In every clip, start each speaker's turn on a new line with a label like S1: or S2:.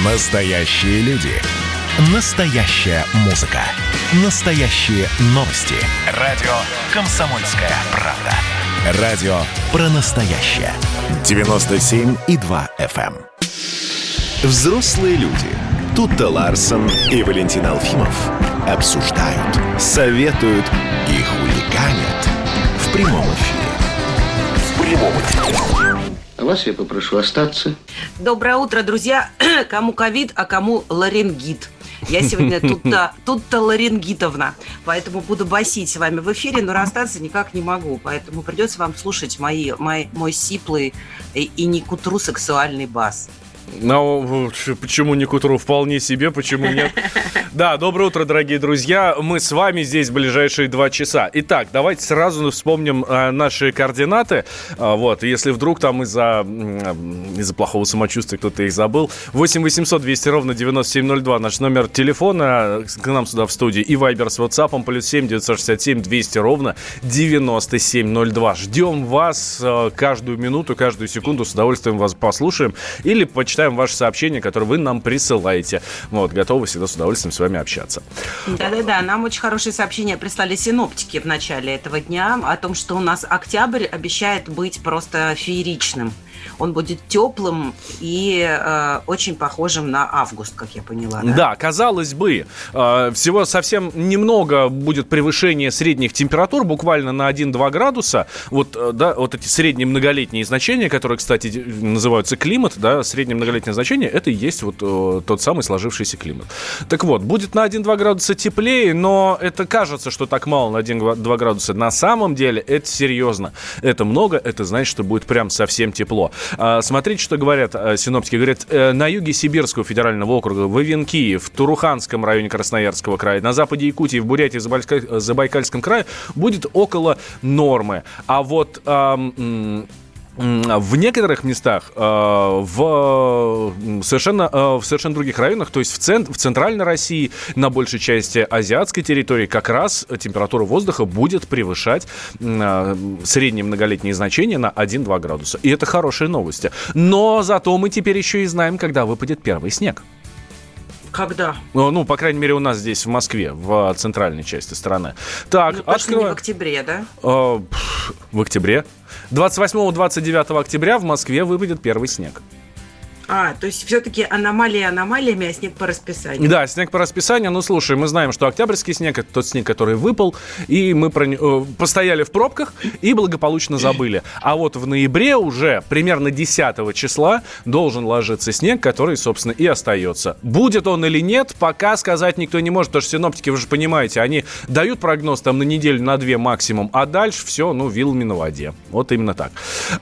S1: Настоящие люди. Настоящая музыка. Настоящие новости. Радио «Комсомольская правда». Радио про настоящее. 97,2 FM. Взрослые люди. Тутта Ларсон и Валентин Алфимов обсуждают, советуют и хулиганят в прямом эфире.
S2: А вас я попрошу остаться.
S3: Доброе утро, друзья. Кому ковид, а кому ларингит. Я сегодня тут-то ларингитовна, поэтому буду басить с вами в эфире, но расстаться никак не могу. Поэтому придется вам слушать мой сиплый и не к утру сексуальный бас.
S4: Ну, почему не к утру? Вполне себе, почему нет? Да, доброе утро, дорогие друзья. Мы с вами здесь в ближайшие 2 часа. Итак, давайте сразу вспомним наши координаты. Вот, если вдруг там из-за плохого самочувствия кто-то их забыл. 8 800 200 ровно 9702 наш номер телефона к нам сюда в студию. И Вайбер с WhatsApp +7 967 200 ровно 9702. Ждем вас каждую минуту, каждую секунду. С удовольствием вас послушаем. Или почитаем ваши сообщения, которые вы нам присылаете. Вот, готовы всегда с удовольствием с вами общаться.
S3: Да-да-да, нам очень хорошие сообщения прислали синоптики в начале этого дня о том, что у нас октябрь обещает быть просто фееричным. Он будет теплым и очень похожим на август, как я поняла.
S4: Да, казалось бы, всего совсем немного будет превышение средних температур, буквально на 1-2 градуса. Вот эти средние многолетние значения, которые, кстати, называются климат, да, среднее многолетнее значение, это и есть вот тот самый сложившийся климат. Так вот, будет на 1-2 градуса теплее, но это кажется, что так мало на 1-2 градуса. На самом деле это серьезно. Это много, это значит, что будет прям совсем тепло. Смотрите, что говорят синоптики. Говорят, на юге Сибирского федерального округа, в Ивенки, в Туруханском районе Красноярского края, на западе Якутии, в Бурятии, в Забайкальском крае будет около нормы. А вот в некоторых местах в совершенно других районах, то есть в центральной России, на большей части азиатской территории, как раз температура воздуха будет превышать средние многолетние значения на 1-2 градуса. И это хорошие новости. Но зато мы теперь еще и знаем, когда выпадет первый снег.
S3: Когда?
S4: Ну, по крайней мере, у нас здесь, в Москве, в центральной части страны. Так,
S3: ну, точно не в октябре, да?
S4: В октябре. 28-29 октября в Москве выпадет первый снег.
S3: То есть все-таки аномалии аномалиями, а снег по расписанию. Да,
S4: снег по расписанию. Ну, слушай, мы знаем, что октябрьский снег – это тот снег, который выпал, и мы постояли в пробках и благополучно забыли. А вот в ноябре уже примерно 10 числа должен ложиться снег, который, собственно, и остается. Будет он или нет, пока сказать никто не может, потому что синоптики, вы же понимаете, они дают прогноз там на неделю, на 2 максимум, а дальше все, вилами на воде. Вот именно так.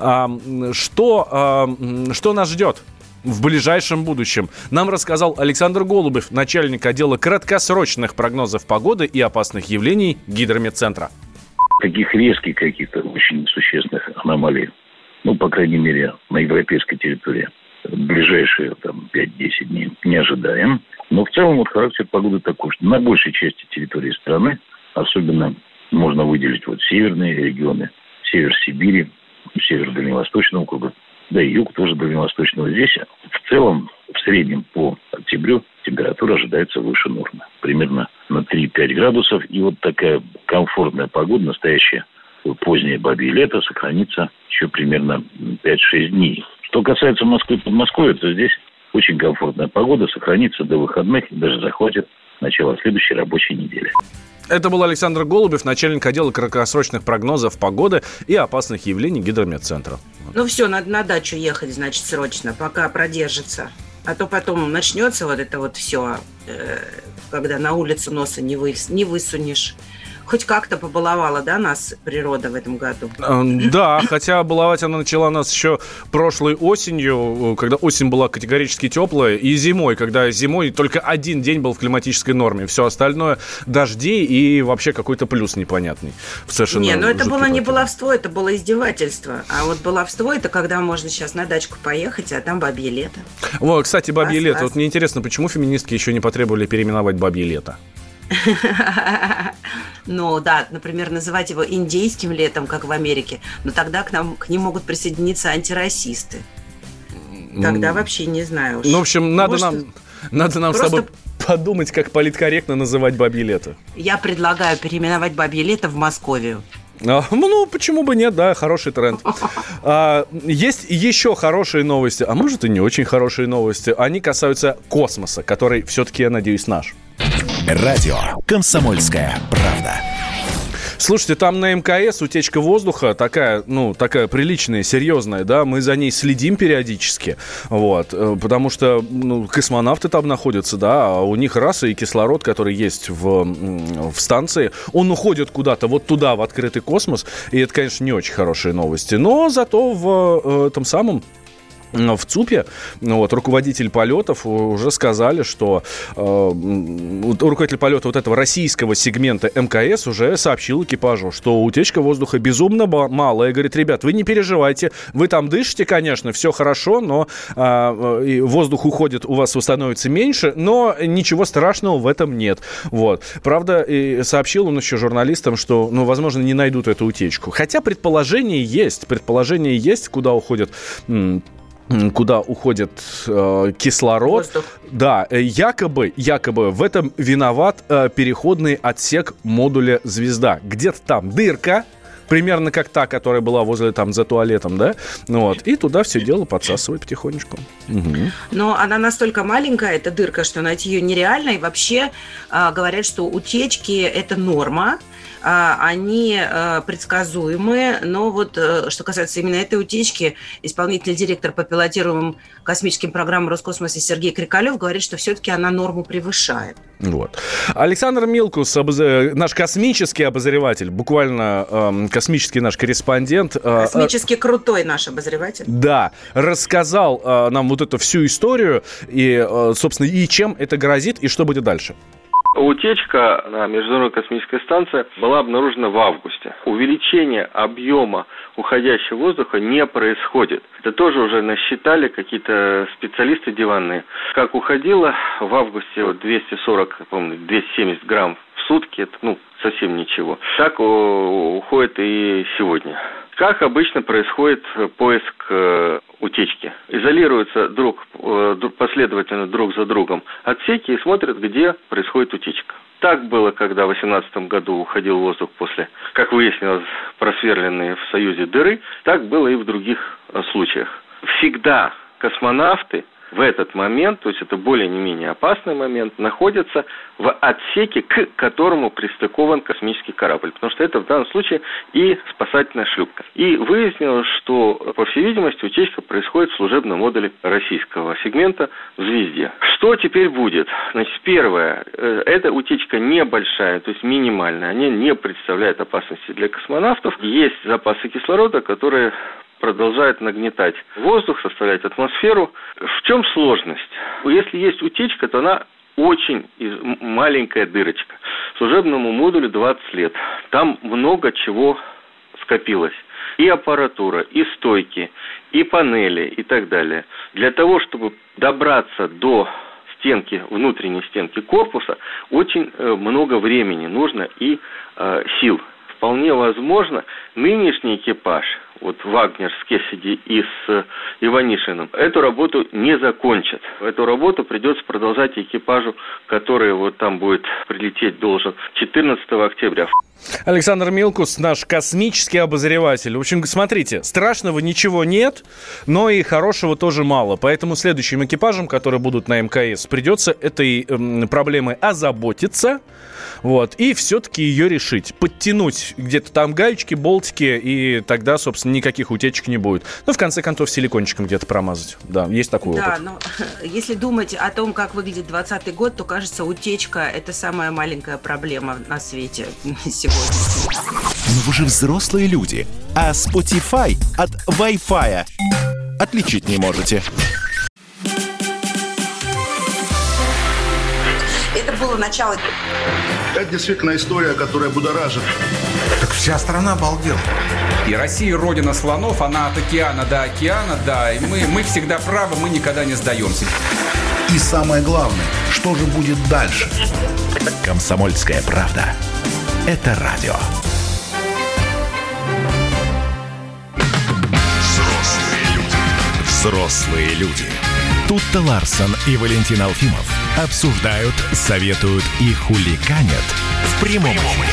S4: Что нас ждет в ближайшем будущем, нам рассказал Александр Голубев, начальник отдела краткосрочных прогнозов погоды и опасных явлений Гидрометцентра.
S5: Таких резких каких-то очень существенных аномалий, по крайней мере, на европейской территории, в ближайшие 5-10 дней не ожидаем. Но в целом характер погоды такой, что на большей части территории страны, особенно можно выделить северные регионы, север Сибири, север Дальневосточного округа, да и юг тоже Дальневосточного. Здесь в целом, в среднем по октябрю температура ожидается выше нормы. Примерно на 3-5 градусов. И такая комфортная погода, настоящее позднее бабье лето, сохранится еще примерно 5-6 дней. Что касается Москвы и Подмосковья, то здесь очень комфортная погода сохранится до выходных и даже захватит начало следующей рабочей недели.
S4: Это был Александр Голубев, начальник отдела краткосрочных прогнозов погоды и опасных явлений Гидрометцентра.
S3: Ну все, надо на дачу ехать, значит, срочно, пока продержится. А то потом начнется это все, когда на улицу носа не высунешь. Хоть как-то побаловала, да, нас природа в этом году?
S4: Да, хотя баловать она начала нас еще прошлой осенью, когда осень была категорически теплая, и зимой, когда зимой только 1 день был в климатической норме. Все остальное дожди и вообще какой-то плюс непонятный.
S3: Это было не баловство, это было издевательство. А вот баловство — это когда можно сейчас на дачку поехать, а там бабье лето.
S4: Кстати, бабье лето. Вот мне интересно, почему феминистки еще не потребовали переименовать бабье лето?
S3: Например, называть его индейским летом, как в Америке, но тогда к ним могут присоединиться антирасисты. Тогда вообще не знаю.
S4: Ну, в общем, надо нам с тобой подумать, как политкорректно называть бабье лето.
S3: Я предлагаю переименовать бабье лето в Московию.
S4: Ну, почему бы нет, да, хороший тренд. Есть еще хорошие новости, а может и не очень хорошие новости. Они касаются космоса, который все-таки, я надеюсь, наш.
S1: Радио «Комсомольская правда».
S4: Слушайте, там на МКС утечка воздуха такая приличная, серьезная, да, мы за ней следим периодически, вот, потому что, космонавты там находятся, да, а у них раз и кислород, который есть в станции, он уходит куда-то вот туда, в открытый космос, и это, конечно, не очень хорошие новости, но зато в этом самом... В ЦУПе руководитель полетов уже сказали, что руководитель полета вот этого российского сегмента МКС уже сообщил экипажу, что утечка воздуха безумно малая. Говорит, ребят, вы не переживайте, вы там дышите, конечно, все хорошо, но воздух уходит, у вас становится меньше, но ничего страшного в этом нет. Вот. Правда, и сообщил он еще журналистам, что, возможно, не найдут эту утечку. Хотя предположение есть, куда уходит кислород. Воздух. Да, якобы в этом виноват переходный отсек модуля «Звезда». Где-то там дырка, примерно как та, которая была возле там за туалетом, да? И туда все дело подсасывает потихонечку. Угу.
S3: Но она настолько маленькая, эта дырка, что найти ее нереально. И вообще говорят, что утечки – это норма. Они предсказуемые, но что касается именно этой утечки, исполнительный директор по пилотируемым космическим программам Роскосмоса Сергей Крикалев говорит, что все-таки она норму превышает.
S4: Вот. Александр Милкус, наш космический обозреватель, буквально космический наш корреспондент.
S3: Космически крутой наш обозреватель.
S4: Да, рассказал нам вот эту всю историю, и, собственно, и чем это грозит, и что будет дальше.
S6: Утечка на Международной космической станции была обнаружена в августе. Увеличение объема уходящего воздуха не происходит. Это тоже уже насчитали какие-то специалисты диванные. Как уходило в августе 270 грамм в сутки, это совсем ничего. Так уходит и сегодня. Как обычно происходит поиск утечки? Изолируются последовательно друг за другом отсеки и смотрят, где происходит утечка. Так было, когда в 2018 году уходил воздух после, как выяснилось, просверленной в Союзе дыры. Так было и в других случаях. Всегда космонавты в этот момент, то есть это более не менее опасный момент, находятся в отсеке, к которому пристыкован космический корабль. Потому что это в данном случае и спасательная шлюпка. И выяснилось, что, по всей видимости, утечка происходит в служебном модуле российского сегмента в «Звезде». Что теперь будет? Значит, первое, эта утечка небольшая, то есть минимальная, она не представляет опасности для космонавтов. Есть запасы кислорода, которые продолжает нагнетать воздух, составлять атмосферу. В чем сложность? Если есть утечка, то она очень маленькая дырочка. Служебному модулю 20 лет. Там много чего скопилось. И аппаратура, и стойки, и панели, и так далее. Для того, чтобы добраться до внутренней стенки корпуса, очень много времени нужно и сил. Вполне возможно, нынешний экипаж, Вагнер с Кессиди и с Иванишиным, эту работу не закончат. Эту работу придется продолжать экипажу, который там будет прилететь должен 14 октября.
S4: Александр Милкус, наш космический обозреватель. В общем, смотрите, страшного ничего нет, но и хорошего тоже мало. Поэтому следующим экипажам, которые будут на МКС, придется этой проблемой озаботиться, и все-таки ее решить. Подтянуть где-то там гаечки, болтики, и тогда, собственно, никаких утечек не будет. В конце концов, силикончиком где-то промазать. Да, есть такой опыт.
S3: Да, но если думать о том, как выглядит 2020 год, то, кажется, утечка – это самая маленькая проблема на свете сегодня.
S1: Но вы же взрослые люди, а Spotify от Wi-Fi отличить не можете.
S3: Это было начало.
S7: Это действительно история, которая будоражит.
S8: Так вся страна обалдела. И Россия родина слонов, она от океана до океана, да. И мы всегда правы, мы никогда не сдаемся.
S7: И самое главное, что же будет дальше?
S1: «Комсомольская правда». Это радио. Взрослые люди. Взрослые люди. Тутта Ларсон и Валентин Алфимов обсуждают, советуют и хулиганят в прямом эфире.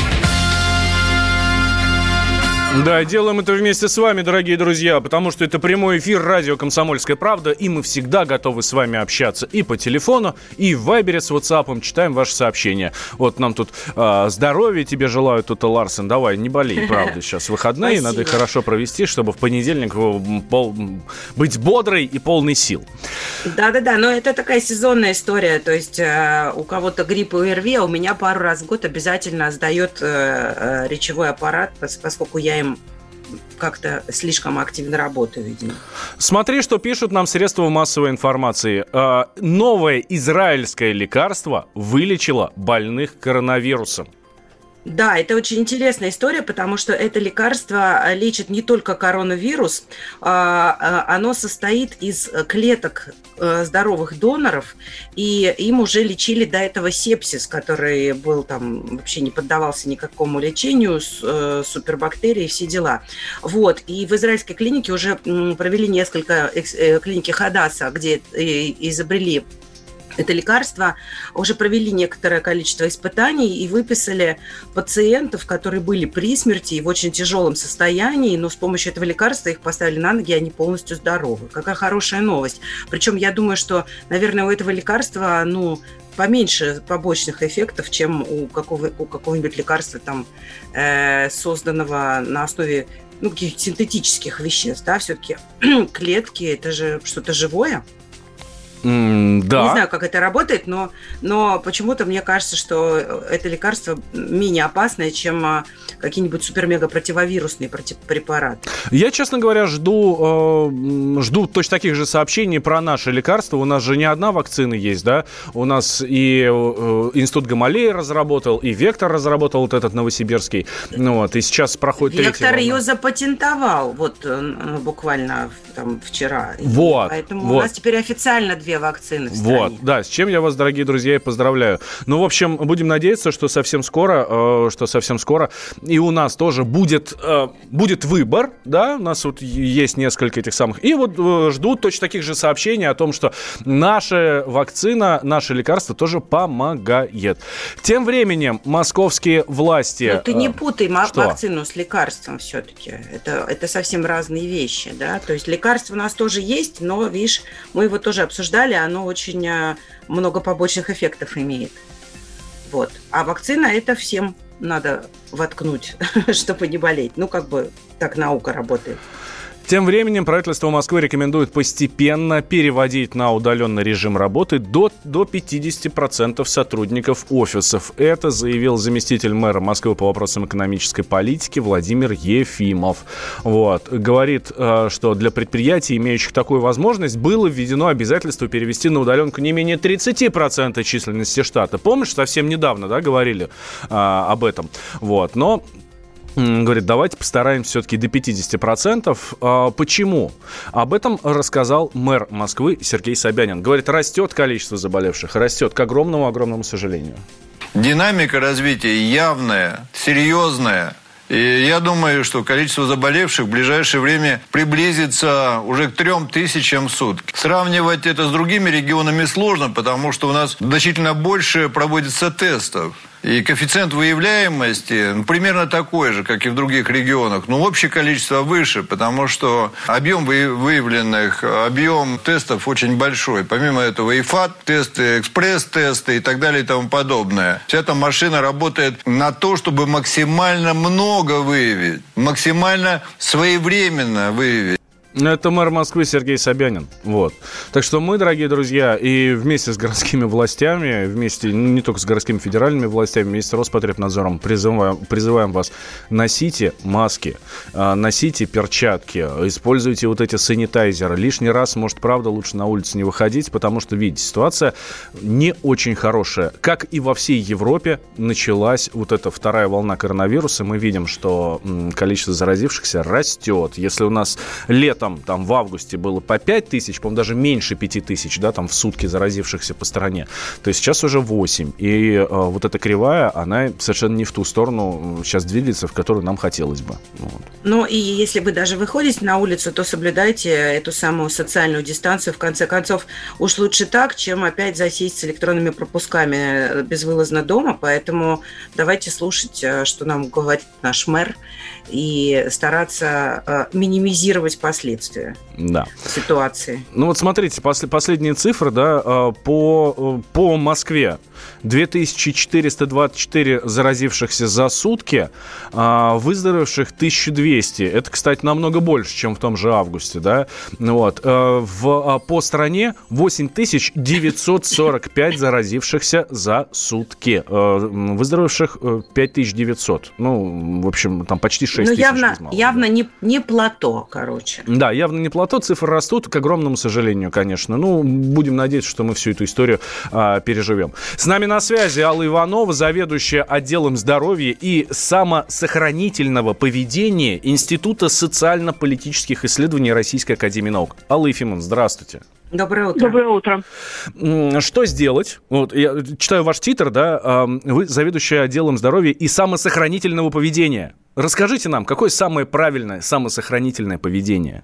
S4: Да, делаем это вместе с вами, дорогие друзья, потому что это прямой эфир радио «Комсомольская правда», и мы всегда готовы с вами общаться и по телефону, и в Вайбере с WhatsApp, читаем ваши сообщения. Вот нам тут здоровья тебе желаю, Тутта Ларсон. Давай, не болей, правда, сейчас выходные, надо их хорошо провести, чтобы в понедельник быть бодрой и полной сил.
S3: Да-да-да, но это такая сезонная история, то есть у кого-то грипп и ОРВИ, а у меня пару раз в год обязательно сдает речевой аппарат, поскольку я им как-то слишком активно работаю, видимо.
S4: Смотри, что пишут нам средства массовой информации. Новое израильское лекарство вылечило больных коронавирусом.
S3: Да, это очень интересная история, потому что это лекарство лечит не только коронавирус, оно состоит из клеток здоровых доноров, и им уже лечили до этого сепсис, который был там, вообще не поддавался никакому лечению, супербактерии и все дела. Вот, и в израильской клинике уже провели несколько, клиники Хадаса, где изобрели это лекарство, уже провели некоторое количество испытаний и выписали пациентов, которые были при смерти и в очень тяжелом состоянии, но с помощью этого лекарства их поставили на ноги, и они полностью здоровы. Какая хорошая новость. Причем я думаю, что, наверное, у этого лекарства, поменьше побочных эффектов, чем у какого-нибудь лекарства, там, созданного на основе каких-то синтетических веществ. Да? Все-таки клетки – это же что-то живое.
S4: Да.
S3: Не знаю, как это работает, но почему-то мне кажется, что это лекарство менее опасное, чем какие-нибудь супер-мега-противовирусные препараты.
S4: Я, честно говоря, жду точно таких же сообщений про наши лекарства. У нас же не одна вакцина есть, да? У нас и Институт Гамалеи разработал, и Вектор разработал вот этот новосибирский. И сейчас проходит третья волна.
S3: Вектор ее запатентовал буквально вчера. Поэтому у нас теперь официально 2 вакцины в стране.
S4: Да, с чем я вас, дорогие друзья, и поздравляю. В общем, будем надеяться, что совсем скоро и у нас тоже будет выбор, да, у нас есть несколько этих самых, и ждут точно таких же сообщений о том, что наша вакцина, наше лекарство тоже помогает. Тем временем московские власти...
S3: ты не путай вакцину с лекарством все-таки. Это совсем разные вещи, да, то есть лекарство у нас тоже есть, но, видишь, мы его тоже обсуждали, оно очень много побочных эффектов имеет. А вакцина это всем надо воткнуть, чтобы не болеть. Так наука работает.
S4: Тем временем правительство Москвы рекомендует постепенно переводить на удаленный режим работы до 50% сотрудников офисов. Это заявил заместитель мэра Москвы по вопросам экономической политики Владимир Ефимов. Говорит, что для предприятий, имеющих такую возможность, было введено обязательство перевести на удаленку не менее 30% численности штата. Помнишь, совсем недавно, да, говорили об этом? Но... Говорит, давайте постараемся все-таки до 50%. Почему? Об этом рассказал мэр Москвы Сергей Собянин. Говорит, растет количество заболевших, растет, к огромному сожалению.
S9: Динамика развития явная, серьезная. И я думаю, что количество заболевших в ближайшее время приблизится уже к 3000 в сутки. Сравнивать это с другими регионами сложно, потому что у нас значительно больше проводится тестов. И коэффициент выявляемости примерно такой же, как и в других регионах. Но общее количество выше, потому что объем выявленных, объем тестов очень большой. Помимо этого и ФАТ-тесты, экспресс-тесты и так далее и тому подобное. Вся эта машина работает на то, чтобы максимально много выявить, максимально своевременно выявить.
S4: Это мэр Москвы Сергей Собянин. Так что мы, дорогие друзья, и вместе с городскими властями, вместе не только с городскими федеральными властями, вместе с Роспотребнадзором призываем вас: носите маски, носите перчатки, используйте эти санитайзеры. Лишний раз, может, правда, лучше на улицу не выходить, потому что, видите, ситуация не очень хорошая. Как и во всей Европе началась эта вторая волна коронавируса. Мы видим, что количество заразившихся растет. Если у нас летом летом, там в августе было по 5 тысяч, по-моему, даже меньше 5 тысяч, да, там в сутки заразившихся по стране, то сейчас уже 8. И вот эта кривая, она совершенно не в ту сторону сейчас двигается, в которую нам хотелось бы. Вот.
S3: Ну, и если вы даже выходите на улицу, то соблюдайте эту самую социальную дистанцию. В конце концов, уж лучше так, чем опять засесть с электронными пропусками безвылазно дома. Поэтому давайте слушать, что нам говорит наш мэр, и стараться минимизировать последствия ситуации.
S4: Ну вот смотрите, последние цифры, да, по Москве. 2424 заразившихся за сутки, выздоровевших 1200. Это, кстати, намного больше, чем в том же августе, да. Вот. По стране 8945 заразившихся за сутки. Выздоровевших 5900. Ну, в общем, там почти 6 тысяч.
S3: Ну, явно не плато, короче.
S4: Да, явно не плато. Цифры растут, к огромному сожалению, конечно. Ну, будем надеяться, что мы всю эту историю переживем. С нами на связи Алла Иванова, заведующая отделом здоровья и самосохранительного поведения Института социально-политических исследований Российской академии наук. Алла Ефимовна, здравствуйте.
S10: Доброе утро. Доброе утро.
S4: Что сделать? Вот, я читаю ваш титр, да, вы заведующая отделом здоровья и самосохранительного поведения. Расскажите нам, какое самое правильное самосохранительное поведение?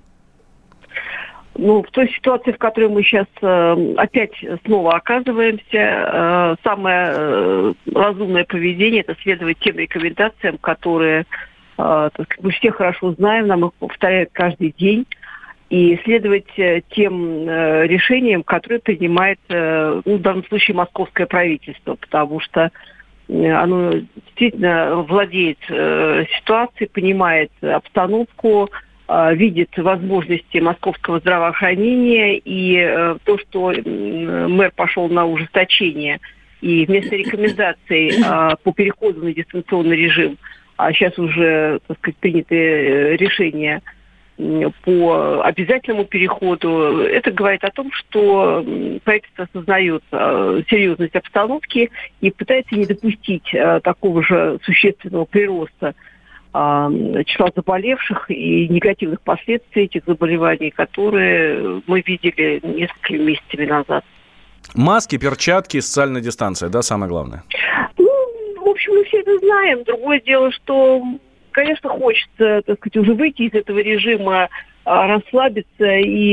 S10: Ну, в той ситуации, в которой мы сейчас опять снова оказываемся, самое разумное поведение – это следовать тем рекомендациям, которые мы все хорошо знаем, нам их повторяют каждый день, и следовать тем решениям, которые принимает, в данном случае, московское правительство, потому что оно действительно владеет ситуацией, понимает обстановку, видит возможности московского здравоохранения, и то, что мэр пошел на ужесточение, и вместо рекомендаций по переходу на дистанционный режим, а сейчас уже, так сказать, приняты решения по обязательному переходу, это говорит о том, что правительство осознает серьезность обстановки и пытается не допустить такого же существенного прироста числа заболевших и негативных последствий этих заболеваний, которые мы видели несколько месяцев назад.
S4: Маски, перчатки, социальная дистанция, да, самое главное?
S10: Ну, в общем, мы все это знаем. Другое дело, что, конечно, хочется, так сказать, уже выйти из этого режима, расслабиться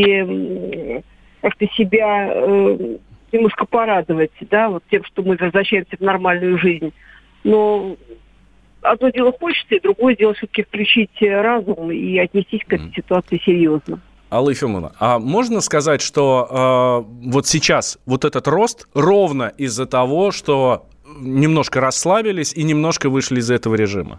S10: и как-то себя немножко порадовать, да, вот тем, что мы возвращаемся в нормальную жизнь. Но одно дело хочется, и другое дело все-таки включить разум и отнестись к этой ситуации серьезно.
S4: Алла Ефимовна, а можно сказать, что вот сейчас вот этот рост ровно из-за того, что немножко расслабились и немножко вышли из этого режима?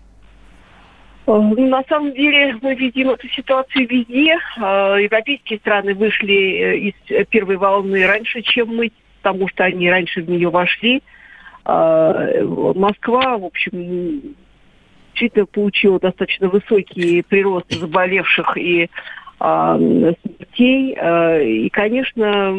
S10: На самом деле мы видим эту ситуацию везде. Европейские страны вышли из первой волны раньше, чем мы, потому что они раньше в нее вошли. Москва, в общем, действительно получила достаточно высокий прирост заболевших и смертей. И, конечно,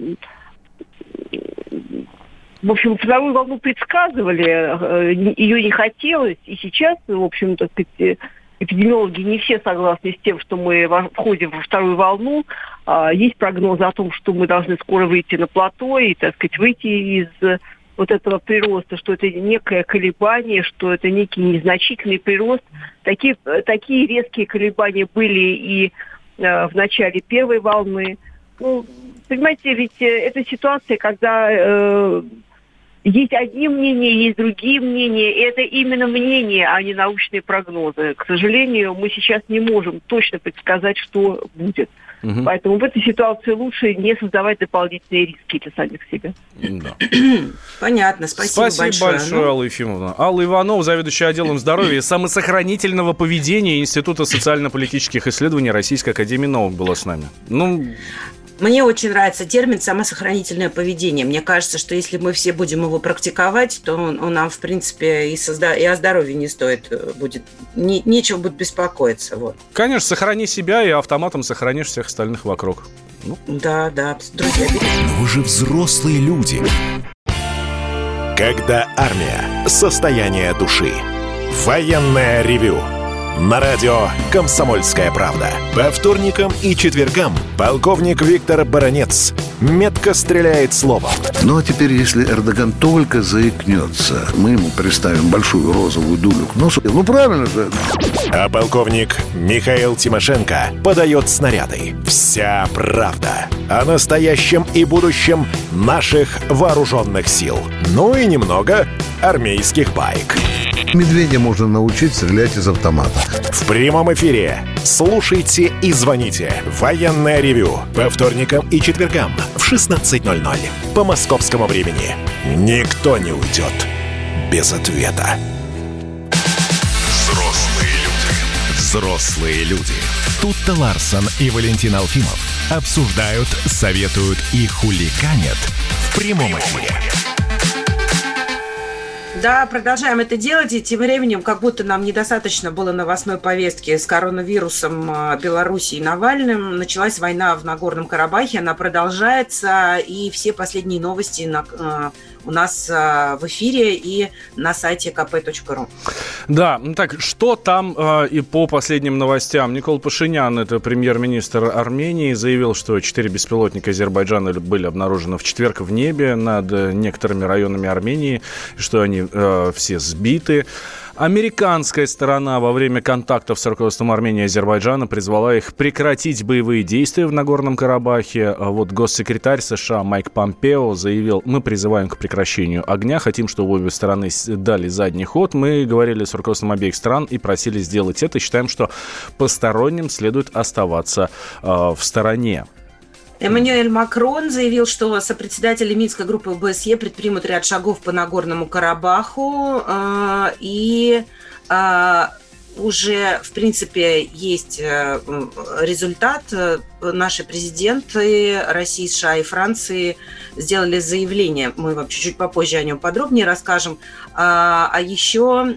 S10: в общем, вторую волну предсказывали, ее не хотелось. И сейчас, в общем, так сказать, эпидемиологи не все согласны с тем, что мы входим во вторую волну. Есть прогнозы о том, что мы должны скоро выйти на плато и, так сказать, выйти из вот этого прироста, что это некое колебание, что это некий незначительный прирост. Такие резкие колебания были и в начале первой волны. Ну, понимаете, ведь это ситуация, когда есть одни мнения, есть другие мнения, и это именно мнения, а не научные прогнозы. К сожалению, мы сейчас не можем точно предсказать, что будет. Угу. Поэтому в этой ситуации лучше не создавать дополнительные риски для самих себя.
S4: Да.
S3: Понятно, спасибо
S4: большое, Алла Ефимовна. Алла Иванова, заведующая отделом здоровья и самосохранительного поведения Института социально-политических исследований Российской академии наук была с нами.
S3: Мне очень нравится термин «самосохранительное поведение». Мне кажется, что если мы все будем его практиковать, то нам, в принципе, и о здоровье не стоит будет, нечего будет беспокоиться. Вот.
S4: Конечно, сохрани себя, и автоматом сохранишь всех остальных вокруг.
S3: Да, друзья.
S1: Но вы же взрослые люди. Когда армия. Состояние души. Военное ревю На радио «Комсомольская правда». По вторникам и четвергам полковник Виктор Баранец метко стреляет словом.
S7: Ну, а теперь, если Эрдоган только заикнется, мы ему приставим большую розовую дулю к носу. Ну, правильно же.
S1: А полковник Михаил Тимошенко подает снаряды. Вся правда о настоящем и будущем наших вооруженных сил. Ну и немного армейских баек.
S7: Медведя можно научить стрелять из автомата.
S1: В прямом эфире слушайте и звоните. Военное ревю по вторникам и четвергам в 16:00 по московскому времени. Никто не уйдет без ответа. Взрослые люди. Тут-то Ларсон и Валентин Алфимов обсуждают, советуют и хулиганят в прямом эфире.
S3: Да, продолжаем это делать, и тем временем, как будто нам недостаточно было новостной повестки с коронавирусом, Белоруссией и Навальным, началась война в Нагорном Карабахе, она продолжается, и все последние новости у нас в эфире и на сайте kp.ru.
S4: Да, так, что там и по последним новостям? Никол Пашинян, это премьер-министр Армении, заявил, что 4 беспилотника Азербайджана были обнаружены в четверг в небе над некоторыми районами Армении, что они все сбиты. Американская сторона во время контактов с руководством Армении и Азербайджана призвала их прекратить боевые действия в Нагорном Карабахе. А вот госсекретарь США Майк Помпео заявил: мы призываем к прекращению огня, хотим, чтобы обе стороны дали задний ход. Мы говорили с руководством обеих стран и просили сделать это. Считаем, что посторонним следует оставаться в стороне.
S3: Эммануэль Макрон заявил, что сопредседатели Минской группы ОБСЕ предпримут ряд шагов по Нагорному Карабаху, и уже, в принципе, есть результат. Наши президенты России, США и Франции сделали заявление. Мы вам чуть-чуть попозже о нем подробнее расскажем. А еще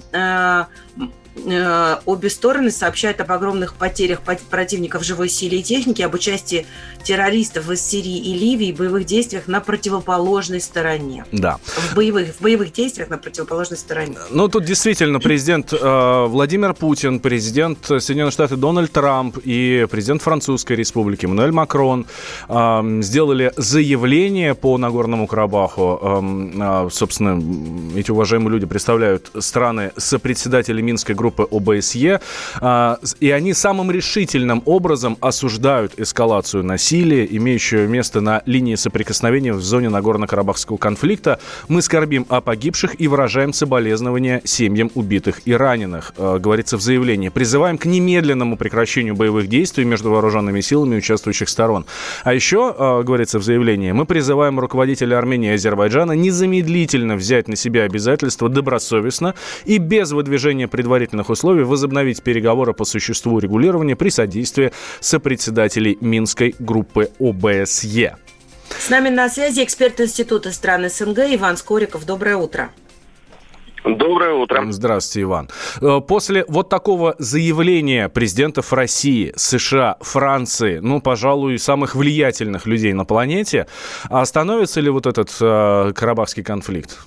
S3: обе стороны сообщают об огромных потерях противников в живой силе и технике, об участии террористов из Сирии и Ливии в боевых действиях на противоположной стороне.
S4: Да.
S3: В боевых действиях на противоположной стороне.
S4: Ну, тут действительно президент Владимир Путин, президент Соединенных Штатов Дональд Трамп и президент Французской Республики Эммануэль Макрон сделали заявление по Нагорному Карабаху. Собственно, эти уважаемые люди представляют страны-сопредседатели Минской группы ОБСЕ, и они самым решительным образом осуждают эскалацию насилия, имеющую место на линии соприкосновения в зоне Нагорно-Карабахского конфликта. Мы скорбим о погибших и выражаем соболезнования семьям убитых и раненых, говорится в заявлении. Призываем к немедленному прекращению боевых действий между вооруженными силами участвующих сторон. А еще, говорится в заявлении, мы призываем руководителей Армении и Азербайджана незамедлительно взять на себя обязательства добросовестно и без выдвижения предварительных условий возобновить переговоры по существу регулирования при содействии сопредседателей Минской группы ОБСЕ.
S3: С нами на связи эксперт Института стран СНГ Иван Скориков. Доброе утро.
S11: Доброе утро.
S4: Здравствуйте, Иван. После вот такого заявления президентов России, США, Франции, пожалуй, самых влиятельных людей на планете, остановится ли вот этот карабахский конфликт?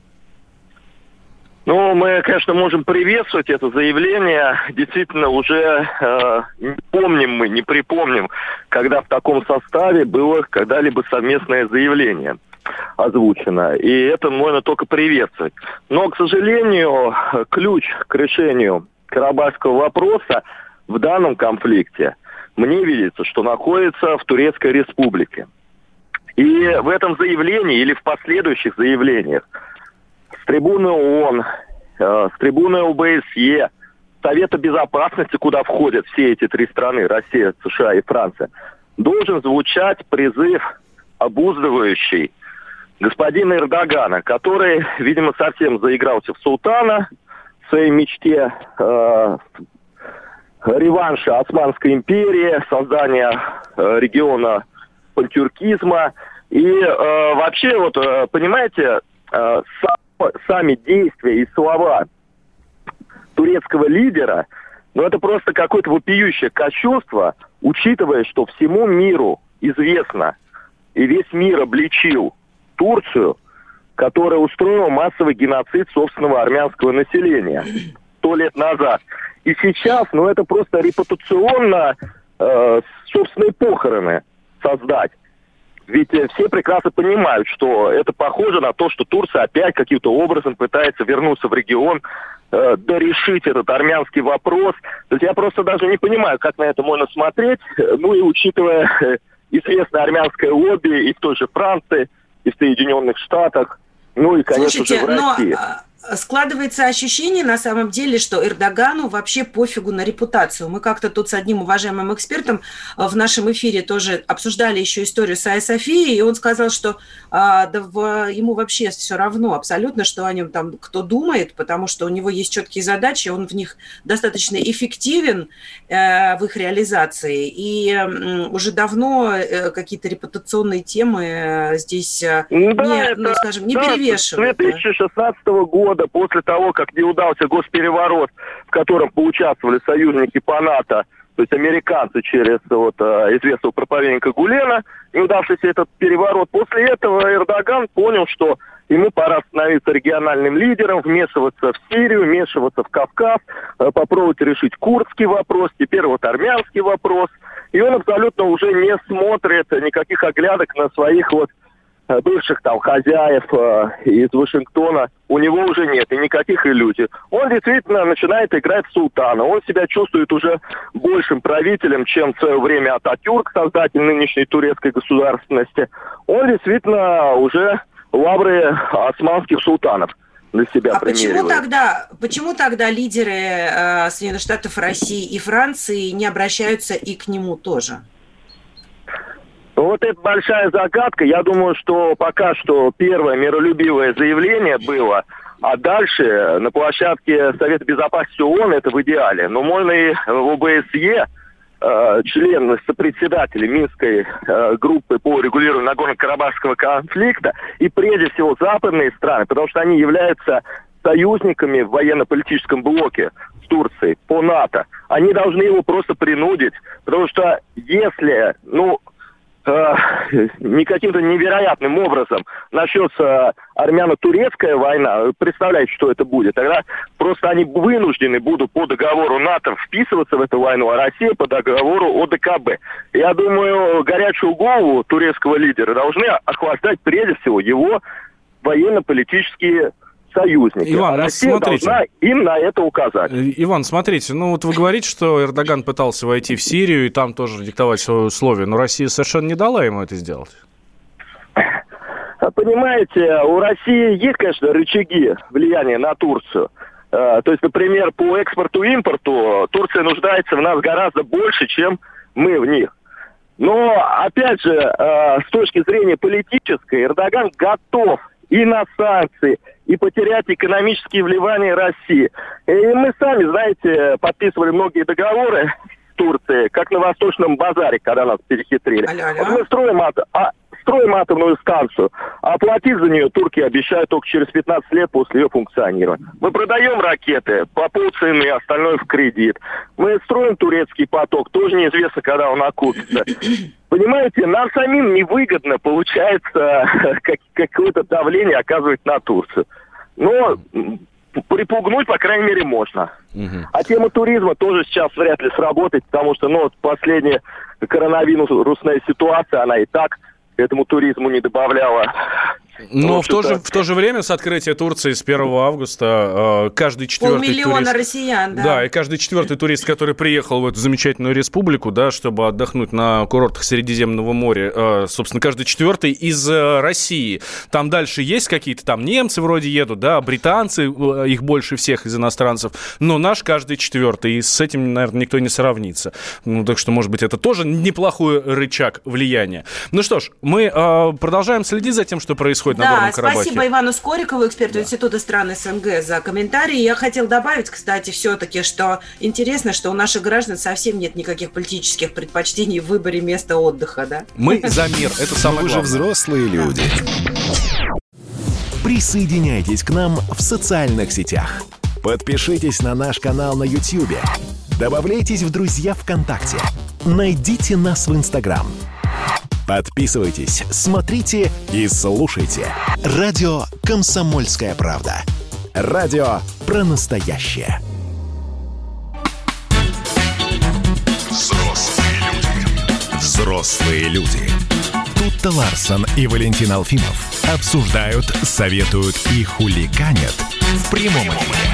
S11: Мы, конечно, можем приветствовать это заявление. Действительно, уже не припомним, когда в таком составе было когда-либо совместное заявление озвучено. И это можно только приветствовать. Но, к сожалению, ключ к решению карабахского вопроса в данном конфликте, мне видится, что находится в Турецкой Республике. И в этом заявлении или в последующих заявлениях с трибуны ООН, с трибуны ОБСЕ, Совета Безопасности, куда входят все эти три страны, Россия, США и Франция, должен звучать призыв обуздывающий господина Эрдогана, который, видимо, совсем заигрался в султана в своей мечте реванша Османской империи, создания региона пантюркизма. И вообще, понимаете, сами действия и слова турецкого лидера, это просто какое-то вопиющее кощунство, учитывая, что всему миру известно, и весь мир обличил Турцию, которая устроила массовый геноцид собственного армянского населения 100 лет назад. И сейчас, это просто репутационно собственные похороны создать. Ведь все прекрасно понимают, что это похоже на то, что Турция опять каким-то образом пытается вернуться в регион, дорешить этот армянский вопрос. То есть я просто даже не понимаю, как на это можно смотреть. И учитывая известное армянское лобби и в той же Франции, и в Соединенных Штатах, и, конечно же, в России.
S3: Складывается ощущение, на самом деле, что Эрдогану вообще пофигу на репутацию. Мы как-то тут с одним уважаемым экспертом в нашем эфире тоже обсуждали еще историю с Айя Софией, и он сказал, что ему вообще все равно абсолютно, что о нем там кто думает, потому что у него есть четкие задачи, он в них достаточно эффективен в их реализации, и уже давно какие-то репутационные темы здесь не перевешивают.
S11: С 2016 года, после того, как не удался госпереворот, в котором поучаствовали союзники по НАТО, то есть американцы через известного проповедника Гулена, неудавшийся этот переворот, после этого Эрдоган понял, что ему пора становиться региональным лидером, вмешиваться в Сирию, вмешиваться в Кавказ, попробовать решить курдский вопрос, теперь армянский вопрос. И он абсолютно уже не смотрит никаких оглядок на своих бывших хозяев из Вашингтона. У него уже нет и никаких иллюзий. Он действительно начинает играть в султана. Он себя чувствует уже большим правителем, чем в свое время Ататюрк, создатель нынешней турецкой государственности. Он действительно уже лавры османских султанов для себя примеривает.
S3: Почему тогда лидеры Соединенных Штатов, России и Франции не обращаются и к нему тоже?
S11: Это большая загадка. Я думаю, что пока что первое миролюбивое заявление было, а дальше на площадке Совета Безопасности ООН это в идеале. Но можно и в ОБСЕ, член, сопредседатель Минской группы по регулированию Нагорно-Карабахского конфликта, и прежде всего западные страны, потому что они являются союзниками в военно-политическом блоке с Турцией по НАТО. Они должны его просто принудить, потому что если, не каким-то невероятным образом начнется армяно-турецкая война, представляете, что это будет, тогда просто они вынуждены будут по договору НАТО вписываться в эту войну, а Россия по договору ОДКБ. Я думаю, горячую голову турецкого лидера должны охлаждать прежде всего его военно-политические союзники.
S4: Иван,
S11: Россия должна им на это указать.
S4: Иван, смотрите, вы говорите, что Эрдоган пытался войти в Сирию и там тоже диктовать свои условия, но Россия совершенно не дала ему это сделать.
S11: Понимаете, у России есть, конечно, рычаги влияния на Турцию. То есть, например, по экспорту-импорту Турция нуждается в нас гораздо больше, чем мы в них. Но, опять же, с точки зрения политической, Эрдоган готов и на санкции, и потерять экономические вливания России. И мы сами, знаете, подписывали многие договоры с Турцией, как на Восточном базаре, когда нас перехитрили. Мы строим атомную станцию, а оплатить за нее турки обещают только через 15 лет после ее функционирования. Мы продаем ракеты по полцены, остальное в кредит. Мы строим турецкий поток, тоже неизвестно, когда он окупится. Понимаете, нам самим невыгодно, получается, какое-то давление оказывать на Турцию. Но припугнуть, по крайней мере, можно. А тема туризма тоже сейчас вряд ли сработает, потому что, последняя коронавирусная ситуация, она и так этому туризму не добавляла.
S4: Но в то же время с открытия Турции с 1 августа каждый четвертый турист... 500 000 россиян, да. Да, и каждый четвертый турист, который приехал в эту замечательную республику, да, чтобы отдохнуть на курортах Средиземного моря, собственно, каждый четвертый из России. Там дальше есть какие-то там немцы вроде едут, да, британцы, их больше всех из иностранцев, но наш каждый четвертый, и с этим, наверное, никто не сравнится. Так что, может быть, это тоже неплохой рычаг влияния. Ну что ж, мы продолжаем следить за тем, что происходит на Горном Карабахе.
S3: Спасибо Ивану Скорикову, эксперту Института стран СНГ, за комментарии. Я хотела добавить, кстати, все-таки, что интересно, что у наших граждан совсем нет никаких политических предпочтений в выборе места отдыха, да?
S4: Мы за мир, это самое главное.
S1: Вы же взрослые люди. Присоединяйтесь к нам в социальных сетях. Подпишитесь на наш канал на YouTube. Добавляйтесь в друзья ВКонтакте. Найдите нас в Инстаграм. Подписывайтесь, смотрите и слушайте. Радио «Комсомольская правда». Радио про настоящее. Взрослые люди. Тут-то Ларсон и Валентин Алфимов обсуждают, советуют и хулиганят в прямом эфире.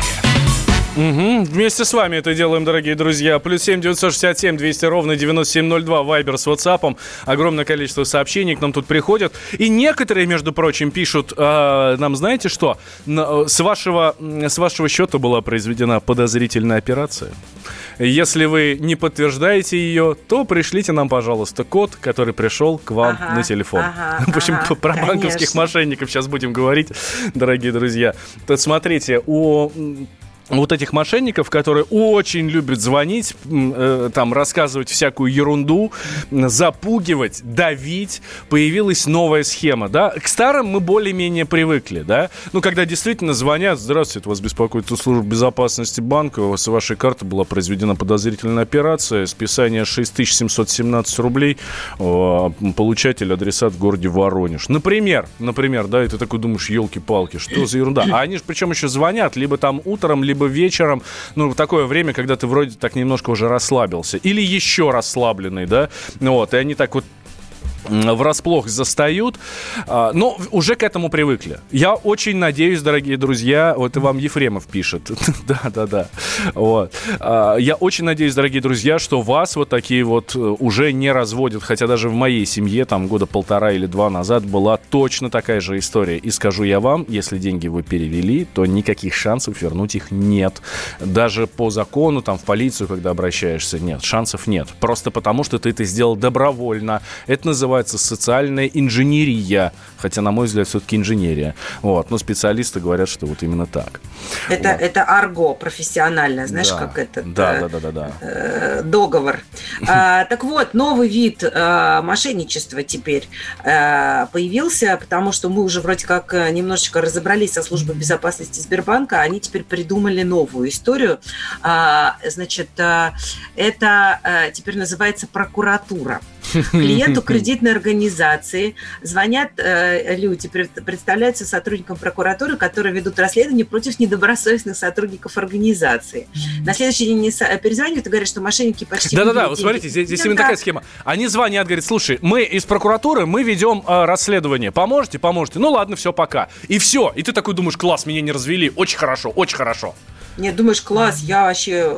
S4: Вместе с вами это делаем, дорогие друзья. +7 967 200 ровно 9702. Вайбер с WhatsApp. Огромное количество сообщений к нам тут приходят. И некоторые, между прочим, пишут нам, знаете что? С вашего счета была произведена подозрительная операция. Если вы не подтверждаете ее, то пришлите нам, пожалуйста, код, который пришел к вам на телефон. В общем, про банковских мошенников сейчас будем говорить, дорогие друзья. Тут смотрите, вот этих мошенников, которые очень любят звонить, там, рассказывать всякую ерунду, запугивать, давить, появилась новая схема, да. К старым мы более-менее привыкли, да. Ну, когда действительно звонят: здравствуйте, вас беспокоит служба безопасности банка, с вашей карты была произведена подозрительная операция, списание 6717 рублей, получатель, адресат в городе Воронеж. Например, да, и ты такой думаешь: елки-палки, что за ерунда? А они же причем еще звонят либо там утром, либо вечером, ну, такое время, когда ты вроде так немножко уже расслабился. Или еще расслабленный, да, вот, и они так вот врасплох застают, но уже к этому привыкли. Я очень надеюсь, дорогие друзья, вот и вам Ефремов пишет, да, вот. Я очень надеюсь, дорогие друзья, что вас вот такие вот уже не разводят, хотя даже в моей семье там года 1,5 или 2 назад была точно такая же история. И скажу я вам, если деньги вы перевели, то никаких шансов вернуть их нет. Даже по закону, там, в полицию, когда обращаешься, нет, шансов нет. Просто потому, что ты это сделал добровольно. Это называется социальная инженерия. Хотя, на мой взгляд, все-таки инженерия. Вот. Но специалисты говорят, что вот именно так.
S3: Это арго профессиональное, знаешь, да, как это?
S4: Да.
S3: Договор. Так вот, новый вид мошенничества теперь появился, потому что мы уже вроде как немножечко разобрались со службой безопасности Сбербанка. Они теперь придумали новую историю. Значит, это теперь называется прокуратура. Клиенту кредитной организации звонят люди, представляются сотрудникам прокуратуры, которые ведут расследование против недобросовестных сотрудников организации. На следующий день перезванивают и говорят, что мошенники почти...
S4: Да-да-да, вот смотрите, здесь именно такая схема. Они звонят, говорят: слушай, мы из прокуратуры, мы ведем расследование. Поможете? Ну ладно, все, пока. И все. И ты такой думаешь: класс, меня не развели. Очень хорошо, очень хорошо.
S3: Нет, думаешь: класс, я вообще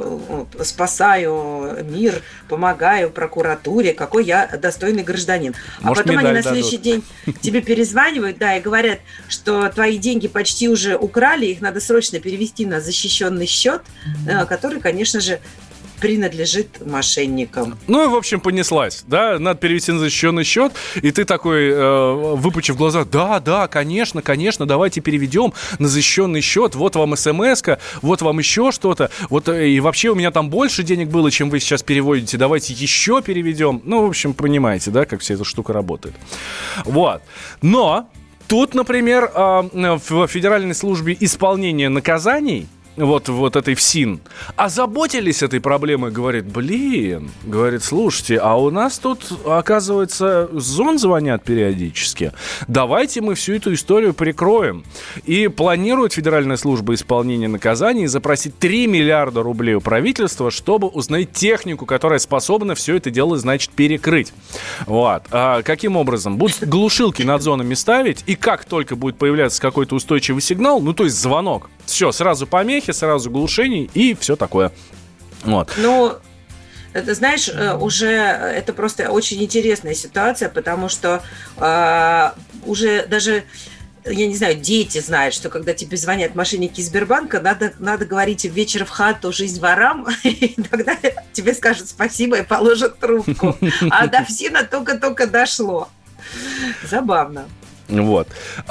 S3: спасаю мир, помогаю прокуратуре, какой я достойный гражданин.
S4: Может,
S3: потом они на следующий день тебе перезванивают, да, и говорят, что твои деньги почти уже украли, их надо срочно перевести на защищенный счет, который, конечно же, принадлежит мошенникам.
S4: Ну и, в общем, понеслась, да, надо перевести на защищенный счет, и ты такой, выпучив глаза: да, конечно, давайте переведем на защищенный счет, вот вам смс-ка, вот вам еще что-то, вот, и вообще у меня там больше денег было, чем вы сейчас переводите, давайте еще переведем. Ну, в общем, понимаете, да, как вся эта штука работает. Вот. Но тут, например, в Федеральной службе исполнения наказаний, вот этой ФСИН, озаботились этой проблемой, говорит: слушайте, а у нас тут, оказывается, с зон звонят периодически, давайте мы всю эту историю прикроем. И планирует Федеральная служба исполнения наказаний запросить 3 миллиарда рублей у правительства, чтобы узнать технику, которая способна все это дело, значит, перекрыть. Вот. А каким образом? Будут глушилки над зонами ставить, и как только будет появляться какой-то устойчивый сигнал, ну, то есть звонок, все, сразу помехи, сразу глушений и все такое. Вот.
S3: Ну, ты знаешь, уже это просто очень интересная ситуация, потому что уже даже, я не знаю, дети знают, что когда тебе звонят мошенники из Сбербанка, надо говорить: вечер в хату, жизнь ворам, и тогда тебе скажут спасибо и положат трубку. А до ФСИНа только дошло. Забавно.
S4: Вот.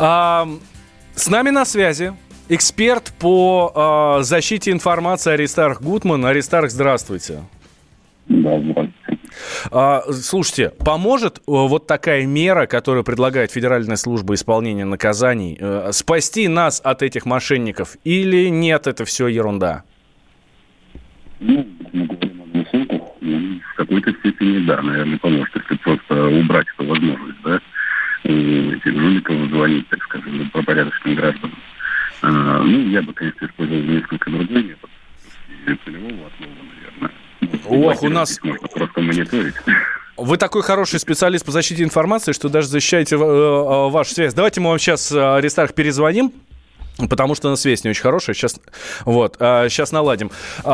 S4: С нами на связи эксперт по защите информации Аристарх Гутман. Аристарх, здравствуйте.
S5: Да, здравствуйте.
S4: Слушайте, поможет вот такая мера, которую предлагает Федеральная служба исполнения наказаний, спасти нас от этих мошенников, или нет, это все ерунда?
S5: Ну, мы говорим о высотах, в какой-то степени, да, наверное, поможет, если просто убрать эту возможность, да, этих жуликов звонить, так скажем, добропорядочным гражданам. Ну, я бы, конечно, использовал несколько другой метод. И целевого отлова, наверное.
S4: Ох, у нас...
S5: Можно просто мониторить.
S4: Вы такой хороший специалист по защите информации, что даже защищаете вашу связь. Давайте мы вам сейчас, Аристарх, перезвоним. Потому что у нас связь не очень хорошая. Сейчас наладим.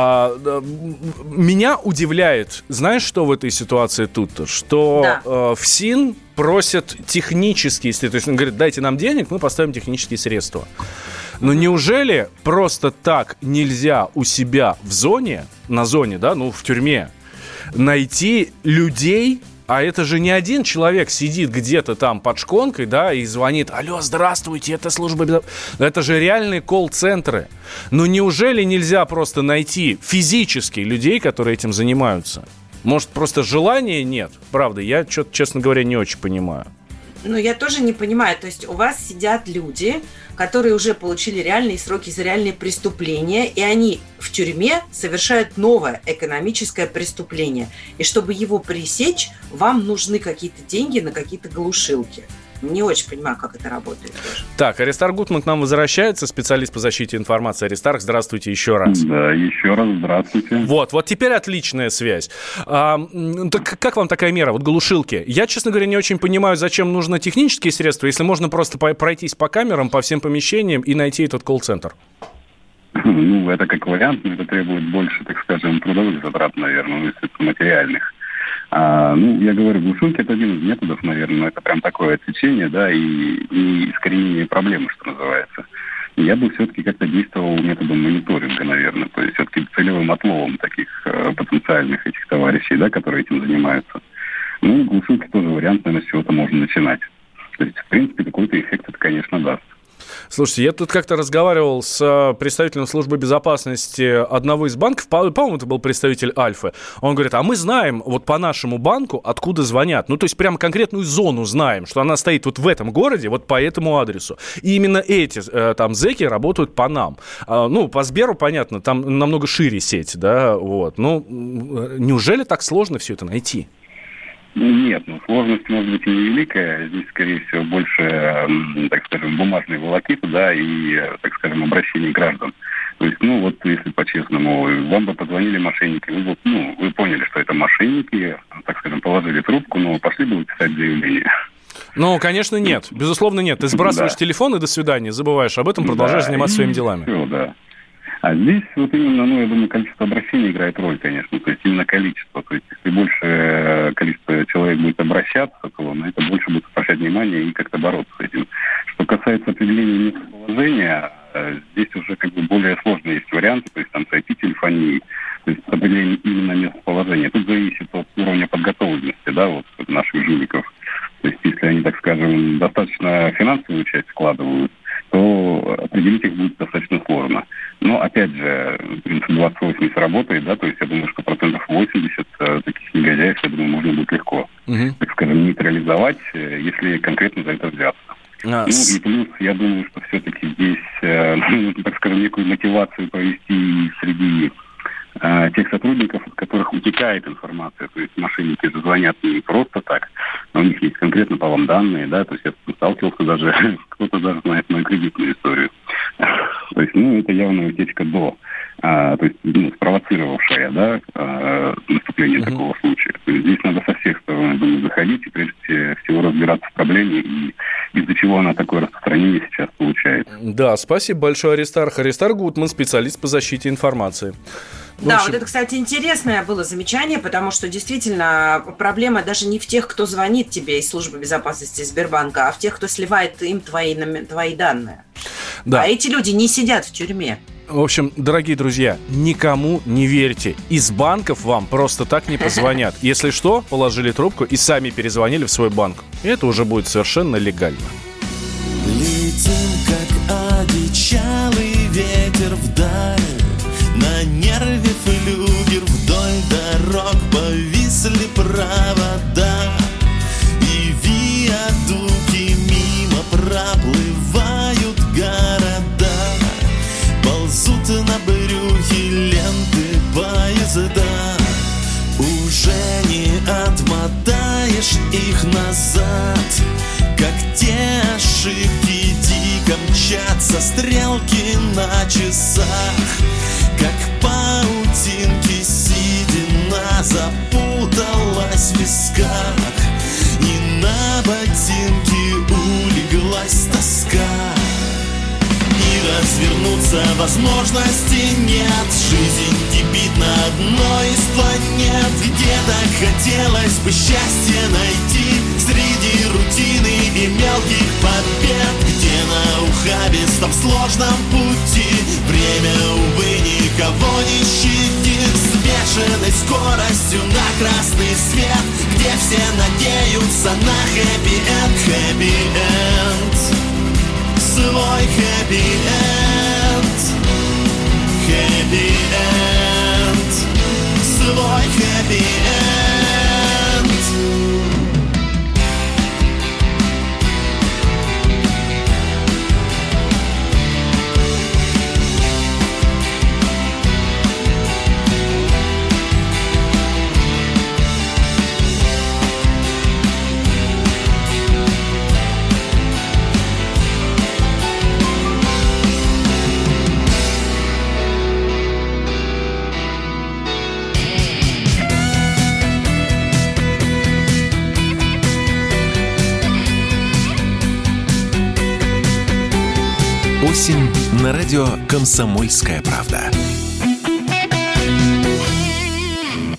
S4: Меня удивляет, знаешь, что в этой ситуации тут? Что ФСИН просят технические средства. То есть он говорит, дайте нам денег, мы поставим технические средства. Но неужели просто так нельзя у себя в зоне, на зоне, да, ну, в тюрьме, найти людей? А это же не один человек сидит где-то там под шконкой, да, и звонит: алло, здравствуйте, это служба безопасности. Это же реальные колл-центры. Но неужели нельзя просто найти физически людей, которые этим занимаются? Может, просто желания нет? Правда, я что-то, честно говоря, не очень понимаю.
S3: Ну, я тоже не понимаю. То есть у вас сидят люди, которые уже получили реальные сроки за реальные преступления, и они в тюрьме совершают новое экономическое преступление. И чтобы его пресечь, вам нужны какие-то деньги на какие-то глушилки. Не очень понимаю, как это работает тоже.
S4: Так, Аристарх Гутман к нам возвращается, специалист по защите информации. Аристарх, здравствуйте еще раз.
S12: Да, еще раз здравствуйте.
S4: Вот теперь отличная связь. Так как вам такая мера, вот глушилки? Я, честно говоря, не очень понимаю, зачем нужны технические средства, если можно просто пройтись по камерам, по всем помещениям и найти этот колл-центр.
S12: Ну, это как вариант, но это требует больше, так скажем, трудовых затрат, наверное, если это материальных. Я говорю, глушилки — это один из методов, наверное, но это прям такое отсечение, да, и искоренение проблемы, что называется. Я бы все-таки как-то действовал методом мониторинга, наверное, то есть все-таки целевым отловом таких потенциальных этих товарищей, да, которые этим занимаются. Ну, глушилки тоже вариант, наверное, с чего-то можно начинать. То есть, в принципе, какой-то эффект это, конечно, даст.
S4: Слушайте, я тут как-то разговаривал с представителем службы безопасности одного из банков, по-моему, это был представитель Альфы. Он говорит, а мы знаем вот по нашему банку, откуда звонят. Ну, то есть прямо конкретную зону знаем, что она стоит вот в этом городе, вот по этому адресу. И именно эти там зэки работают по нам. Ну, по Сберу, понятно, там намного шире сеть, да, вот. Ну, неужели так сложно все это найти?
S12: Нет, сложность может быть и невеликая. Здесь, скорее всего, больше, так скажем, бумажной волокиты, да, и, так скажем, обращений граждан. То есть, если по-честному, вам бы позвонили мошенники, вы поняли, что это мошенники, так скажем, положили трубку, но пошли бы писать заявление.
S4: Ну, конечно, нет. Безусловно, нет. Ты сбрасываешь телефон и до свидания, забываешь об этом, продолжаешь заниматься своими делами.
S12: Все, да. А здесь вот именно, я думаю, количество обращений играет роль, конечно. То есть именно количество. То есть если больше количество человек будет обращаться, то на это больше будет обращать внимание и как-то бороться с этим. Что касается определения местоположения, здесь уже более сложные есть варианты, то есть там с IP-телефонией, то есть определение именно местоположения. Тут зависит от уровня подготовленности, да, вот наших жуликов. То есть если они, так скажем, достаточно финансовую часть вкладывают, то определить их будет достаточно сложно. Но, опять же, принцип 20-80 работает, да, то есть я думаю, что 80% таких негодяев, я думаю, можно будет легко, так скажем, нейтрализовать, если конкретно за это взяться. И плюс, я думаю, что все-таки здесь, так скажем, некую мотивацию провести среди тех сотрудников, от которых утекает информация. То есть мошенники же звонят не просто так, но у них есть конкретно по вам данные, да, то есть я сталкивался даже, кто-то даже знает мою кредитную историю. То есть, это явная утечка до, то есть, спровоцировавшая, да, наступление такого случая. То есть здесь надо со всех сторон, я думаю, заходить и прежде всего разбираться в проблеме и из-за чего она такое распространение сейчас получает.
S4: Да, спасибо большое, Аристарх. Аристарх Гутман, специалист по защите информации.
S3: Да, вот это, кстати, интересное было замечание, потому что действительно проблема даже не в тех, кто звонит тебе из службы безопасности Сбербанка, а в тех, кто сливает им твои данные. Да. А эти люди не сидят в тюрьме.
S4: В общем, дорогие друзья, никому не верьте. Из банков вам просто так не позвонят. Если что, положили трубку и сами перезвонили в свой банк. И это уже будет совершенно легально.
S13: Летим, как одичалый ветер вдаль. На нерве флюгер вдоль дорог повисли провода. И виадуки мимо проплывают города. Ползут на брюхе ленты поезда. Уже не отмотаешь их назад. Как те ошибки дико мчатся стрелки на часах. Как паутинки седина запуталась в висках, и на ботинки улеглась тоска. И развернуться возможности нет. Жизнь кипит на одной из планет. Где-то хотелось бы счастье найти среди рутины и мелких побед. Где на ухабистом сложном пути время, увы, никого не щадит. С бешеной скоростью на красный свет, где все надеются на хэппи-энд, хэппи-энд. Свой хэппи-энд, хэппи-энд, свой хэппи-энд.
S1: Осень на радио «Комсомольская правда».